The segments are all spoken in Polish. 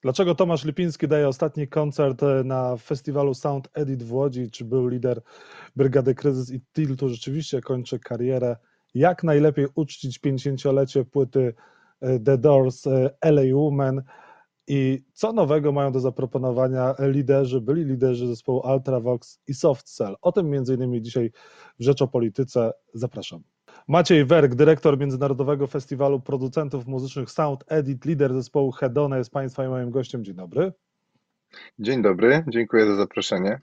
Dlaczego Tomasz Lipiński daje ostatni koncert na festiwalu Sound Edit w Łodzi? Czy był lider Brygady Kryzys i Tiltu rzeczywiście kończy karierę? Jak najlepiej uczcić 50-lecie płyty The Doors LA Woman? I co nowego mają do zaproponowania byli liderzy zespołu Ultravox i Soft Cell? O tym m.in. dzisiaj w Rzecz o Polityce. Zapraszam. Maciej Werk, dyrektor Międzynarodowego Festiwalu Producentów Muzycznych Sound Edit, lider zespołu Hedona jest Państwa i moim gościem. Dzień dobry. Dzień dobry, dziękuję za zaproszenie.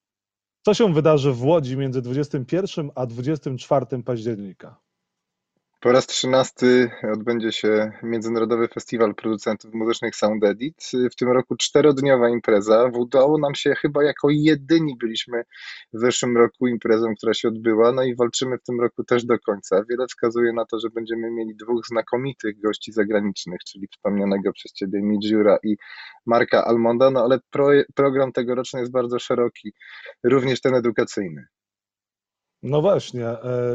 Co się wydarzy w Łodzi między 21 a 24 października? Po raz 13 odbędzie się Międzynarodowy Festiwal Producentów Muzycznych Sound Edit. W tym roku 4-dniowa impreza. Udało nam się chyba jako jedyni byliśmy w zeszłym roku imprezą, która się odbyła, no i walczymy w tym roku też do końca. Wiele wskazuje na to, że będziemy mieli dwóch znakomitych gości zagranicznych, czyli wspomnianego przez Ciebie Midgeura i Marka Almonda, no ale program tegoroczny jest bardzo szeroki, również ten edukacyjny. No właśnie,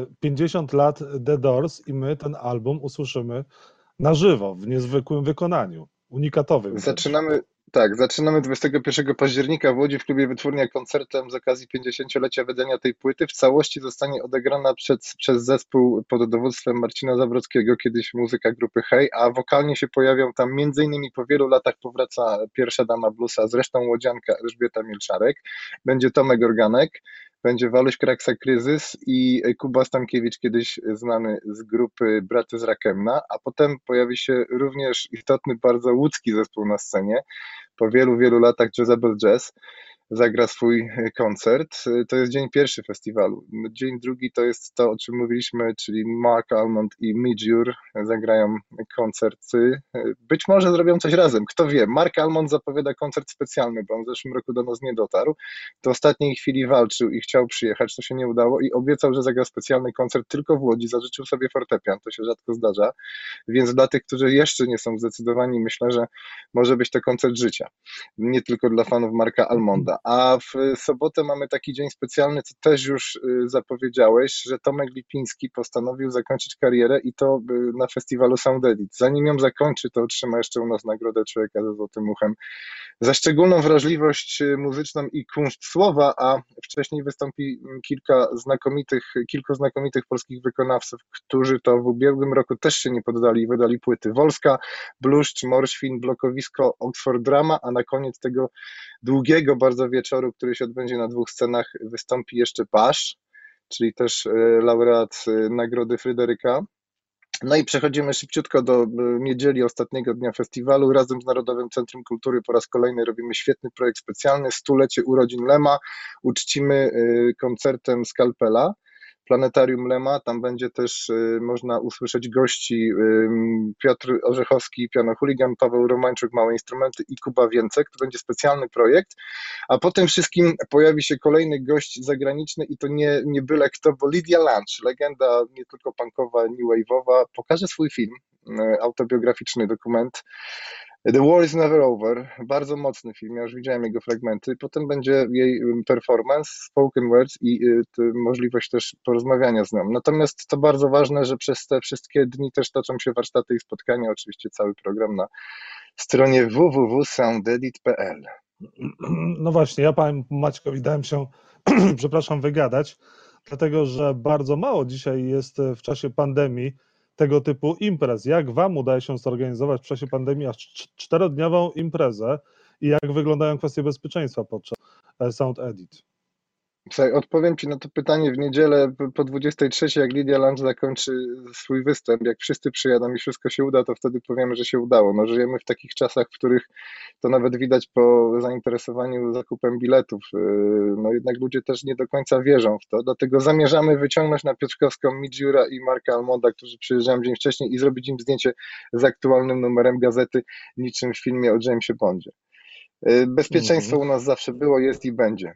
50 lat The Doors i my ten album usłyszymy na żywo, w niezwykłym wykonaniu, unikatowym. Zaczynamy 21 października w Łodzi w klubie Wytwórnia koncertem z okazji 50-lecia wydania tej płyty. W całości zostanie odegrana przez zespół pod dowództwem Marcina Zawrockiego, kiedyś muzyka grupy Hej, a wokalnie się pojawią tam m.in. po wielu latach powraca pierwsza dama bluesa, zresztą łodzianka Elżbieta Milczarek, będzie Tomek Organek, będzie Waluś Kraksa Kryzys i Kuba Stankiewicz, kiedyś znany z grupy Braty z Rakemna, a potem pojawi się również istotny bardzo łódzki zespół na scenie. Po wielu, wielu latach Jezebel Jazz zagra swój koncert. To jest dzień pierwszy festiwalu. Dzień drugi to jest to, o czym mówiliśmy, czyli Mark Almond i Midgeur zagrają koncerty. Być może zrobią coś razem, kto wie. Mark Almond zapowiada koncert specjalny, bo on w zeszłym roku do nas nie dotarł. Do ostatniej chwili walczył i chciał przyjechać, to się nie udało i obiecał, że zagra specjalny koncert tylko w Łodzi. Zażyczył sobie fortepian, to się rzadko zdarza. Więc dla tych, którzy jeszcze nie są zdecydowani, myślę, że może być to koncert życia. Nie tylko dla fanów Marka Almonda. A w sobotę mamy taki dzień specjalny, co też już zapowiedziałeś, że Tomek Lipiński postanowił zakończyć karierę i to na festiwalu Sound Edit. Zanim ją zakończy, to otrzyma jeszcze u nas nagrodę Człowieka ze Złotym Uchem za szczególną wrażliwość muzyczną i kunszt słowa, a wcześniej wystąpi kilku znakomitych polskich wykonawców, którzy to w ubiegłym roku też się nie poddali i wydali płyty. Wolska, Bluszcz, Morświn, Blokowisko, Oxford Drama, a na koniec tego długiego bardzo wieczoru, który się odbędzie na dwóch scenach, wystąpi jeszcze Pasz, czyli też laureat Nagrody Fryderyka. No i przechodzimy szybciutko do niedzieli, ostatniego dnia festiwalu. Razem z Narodowym Centrum Kultury po raz kolejny robimy świetny projekt specjalny, 100-lecie urodzin Lema. Uczcimy koncertem Skalpela, Planetarium Lema. Tam będzie też można usłyszeć gości Piotr Orzechowski, piano chuligan, Paweł Romańczuk, małe instrumenty i Kuba Więcek. To będzie specjalny projekt, a po tym wszystkim pojawi się kolejny gość zagraniczny i to nie byle kto, bo Lydia Lunch, legenda nie tylko punkowa, new wave'owa, pokaże swój film, autobiograficzny dokument The War is Never Over, bardzo mocny film, ja już widziałem jego fragmenty, potem będzie jej performance, spoken words i możliwość też porozmawiania z nią. Natomiast to bardzo ważne, że przez te wszystkie dni też toczą się warsztaty i spotkania, oczywiście cały program na stronie www.soundedit.pl. No właśnie, ja panu Maćkowi dałem się, przepraszam, wygadać, dlatego że bardzo mało dzisiaj jest w czasie pandemii tego typu imprez. Jak wam udaje się zorganizować w czasie pandemii aż 4-dniową imprezę i jak wyglądają kwestie bezpieczeństwa podczas Sound Edit? Słuchaj, odpowiem Ci na to pytanie w niedzielę po 23, jak Lydia Lunch zakończy swój występ. Jak wszyscy przyjadą i wszystko się uda, to wtedy powiemy, że się udało. No, żyjemy w takich czasach, w których to nawet widać po zainteresowaniu zakupem biletów. No jednak ludzie też nie do końca wierzą w to, dlatego zamierzamy wyciągnąć na Piotrkowską Midgeura i Marka Almonda, którzy przyjeżdżają dzień wcześniej i zrobić im zdjęcie z aktualnym numerem gazety, niczym w filmie o Jamesie Bondzie. Bezpieczeństwo u nas zawsze było, jest i będzie.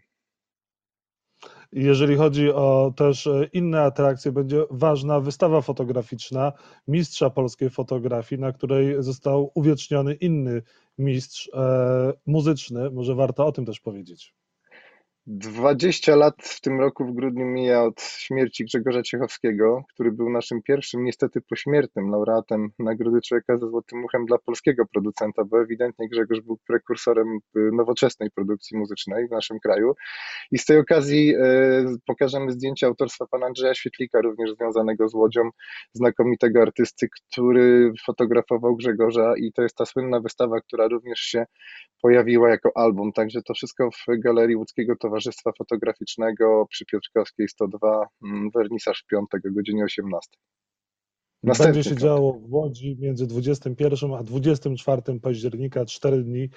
Jeżeli chodzi o też inne atrakcje, będzie ważna wystawa fotograficzna mistrza polskiej fotografii, na której został uwieczniony inny mistrz muzyczny. Może warto o tym też powiedzieć. 20 lat w tym roku w grudniu mija od śmierci Grzegorza Ciechowskiego, który był naszym pierwszym, niestety pośmiertnym laureatem Nagrody Człowieka ze Złotym Muchem dla polskiego producenta, bo ewidentnie Grzegorz był prekursorem nowoczesnej produkcji muzycznej w naszym kraju. I z tej okazji pokażemy zdjęcie autorstwa pana Andrzeja Świetlika, również związanego z Łodzią, znakomitego artysty, który fotografował Grzegorza, i to jest ta słynna wystawa, która również się pojawiła jako album. Także to wszystko w Galerii Łódzkiego Towarzystwa Fotograficznego przy Piotrkowskiej 102, wernisaż w piątek o godzinie 18. Będzie Następny się piątek. działo w Łodzi między 21 a 24 października, 4 dni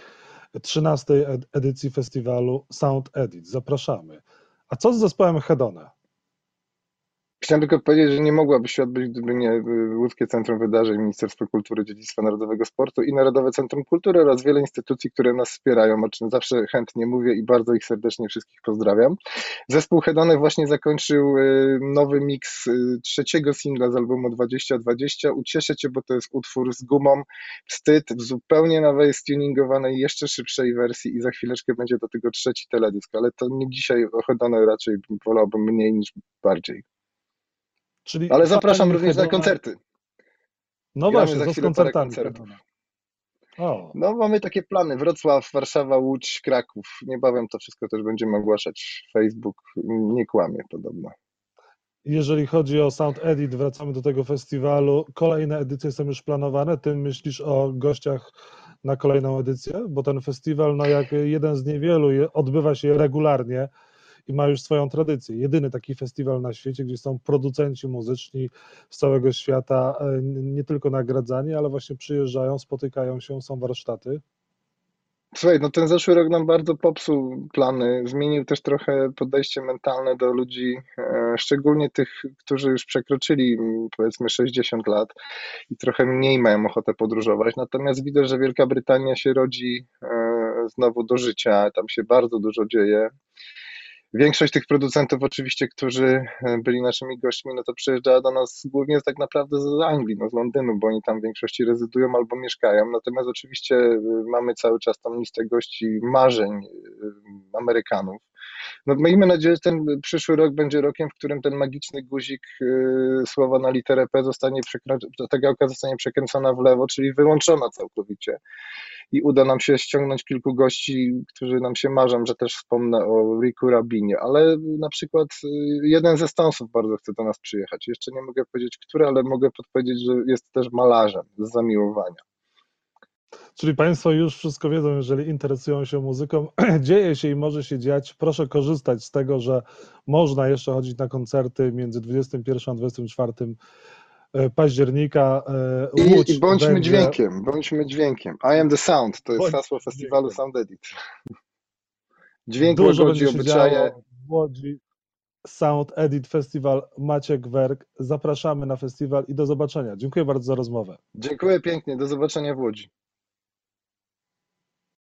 13 edycji festiwalu Sound Edit. Zapraszamy. A co z zespołem Hedone? Chciałem tylko powiedzieć, że nie mogłaby się odbyć, gdyby nie Łódzkie Centrum Wydarzeń, Ministerstwo Kultury, Dziedzictwa Narodowego, Sportu i Narodowe Centrum Kultury oraz wiele instytucji, które nas wspierają, o czym zawsze chętnie mówię i bardzo ich serdecznie wszystkich pozdrawiam. Zespół Hedone właśnie zakończył nowy miks trzeciego singla z albumu 2020. Ucieszę Cię, bo to jest utwór z gumą, wstyd, w zupełnie nowej, stuningowanej, jeszcze szybszej wersji, i za chwileczkę będzie do tego trzeci teledysk, ale to nie dzisiaj o Hedone, raczej wolałbym mniej niż bardziej. Czyli Ale zapraszam fani również na Hedona. koncerty. No Gramy właśnie, za co z chwilę parę koncertami koncertów. Hedona? O, No, mamy takie plany: Wrocław, Warszawa, Łódź, Kraków. Niebawem to wszystko też będziemy ogłaszać. Facebook nie kłamie podobno. jeżeli chodzi o Sound Edit, wracamy do tego festiwalu. Kolejne edycje są już planowane. Ty myślisz o gościach na kolejną edycję? Bo ten festiwal, no jak jeden z niewielu, odbywa się regularnie i ma już swoją tradycję. Jedyny taki festiwal na świecie, gdzie są producenci muzyczni z całego świata, nie tylko nagradzani, ale właśnie przyjeżdżają, spotykają się, są warsztaty. Słuchaj, no ten zeszły rok nam bardzo popsuł plany. Zmienił też trochę podejście mentalne do ludzi, szczególnie tych, którzy już przekroczyli powiedzmy 60 lat i trochę mniej mają ochotę podróżować. Natomiast widzę, że Wielka Brytania się rodzi znowu do życia. Tam się bardzo dużo dzieje. Większość tych producentów oczywiście, którzy byli naszymi gośćmi, no to przyjeżdżała do nas głównie tak naprawdę z Anglii, no z Londynu, bo oni tam w większości rezydują albo mieszkają. Natomiast oczywiście mamy cały czas tą listę gości marzeń Amerykanów. No, miejmy nadzieję, że ten przyszły rok będzie rokiem, w którym ten magiczny guzik słowa na literę P zostanie ta gałka zostanie przekręcona w lewo, czyli wyłączona całkowicie, i uda nam się ściągnąć kilku gości, którzy nam się marzą, że też wspomnę o Ricku Rabinie, ale na przykład jeden ze Stonesów bardzo chce do nas przyjechać. Jeszcze nie mogę powiedzieć, który, ale mogę podpowiedzieć, że jest też malarzem z zamiłowania. Czyli Państwo już wszystko wiedzą, jeżeli interesują się muzyką. Dzieje się i może się dziać. Proszę korzystać z tego, że można jeszcze chodzić na koncerty między 21 a 24 października. I Łódź bądźmy będzie. dźwiękiem, bądźmy dźwiękiem. I am the sound, to jest Bądź hasło festiwalu dźwiękiem. Sound Edit. Dźwięk Dużo łagodzi będzie się obyczaje. działo w Łodzi. Sound Edit Festival, Maciek Werk. Zapraszamy na festiwal i do zobaczenia. Dziękuję bardzo za rozmowę. Dziękuję pięknie, do zobaczenia w Łodzi.